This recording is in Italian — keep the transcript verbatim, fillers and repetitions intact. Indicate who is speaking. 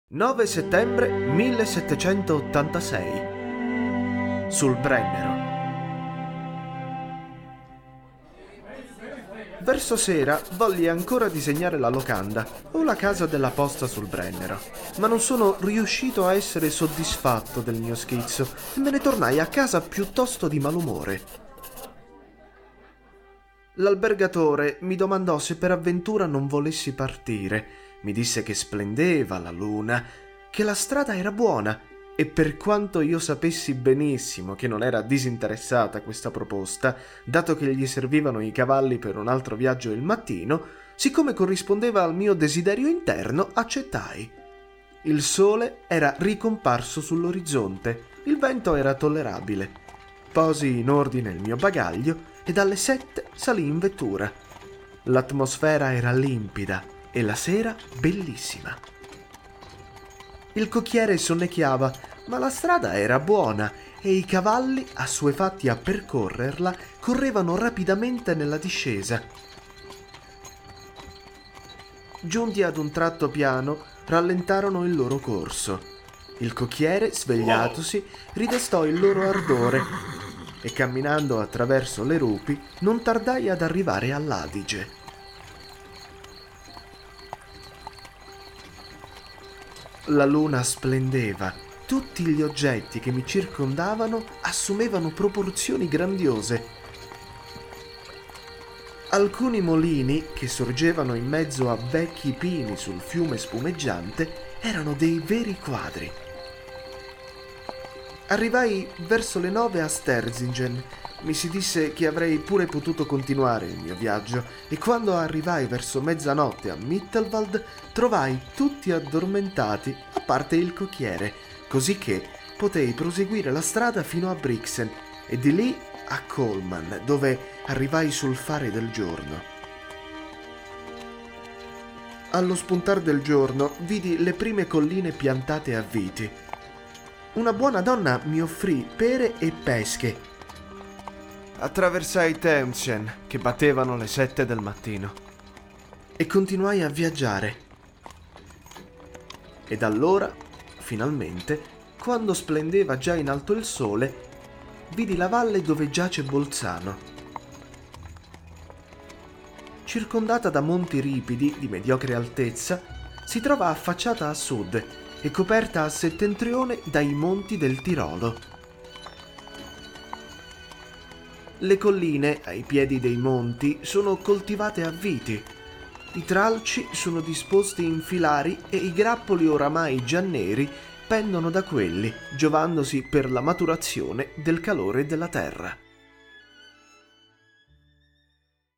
Speaker 1: nove settembre millesettecentottantasei. Sul Brennero. Verso sera volli ancora disegnare la locanda o la casa della posta sul Brennero, ma non sono riuscito a essere soddisfatto del mio schizzo e me ne tornai a casa piuttosto di malumore. L'albergatore mi domandò se per avventura non volessi partire. Mi disse che splendeva la luna, che la strada era buona, e per quanto io sapessi benissimo che non era disinteressata questa proposta, dato che gli servivano i cavalli per un altro viaggio il mattino, siccome corrispondeva al mio desiderio interno, accettai. Il sole era ricomparso sull'orizzonte, il vento era tollerabile. Posi in ordine il mio bagaglio e alle sette salì in vettura. L'atmosfera era limpida e la sera bellissima. Il cocchiere sonnecchiava, ma la strada era buona e i cavalli, assuefatti a percorrerla, correvano rapidamente nella discesa. Giunti ad un tratto piano, rallentarono il loro corso. Il cocchiere, svegliatosi, ridestò il loro ardore e camminando attraverso le rupi non tardai ad arrivare all'Adige. La luna splendeva, tutti gli oggetti che mi circondavano assumevano proporzioni grandiose. Alcuni mulini, che sorgevano in mezzo a vecchi pini sul fiume spumeggiante, erano dei veri quadri. Arrivai verso le nove a Sterzingen. Mi si disse che avrei pure potuto continuare il mio viaggio e quando arrivai verso mezzanotte a Mittelwald trovai tutti addormentati, a parte il cocchiere, così che potei proseguire la strada fino a Brixen e di lì a Colman, dove arrivai sul fare del giorno. Allo spuntar del giorno vidi le prime colline piantate a viti. Una buona donna mi offrì pere e pesche. Attraversai Temschen, che battevano le sette del mattino, e continuai a viaggiare. Ed allora, finalmente, quando splendeva già in alto il sole, vidi la valle dove giace Bolzano. Circondata da monti ripidi di mediocre altezza, si trova affacciata a sud e coperta a settentrione dai monti del Tirolo. Le colline, ai piedi dei monti, sono coltivate a viti. I tralci sono disposti in filari e i grappoli oramai già neri pendono da quelli, giovandosi per la maturazione del calore della terra.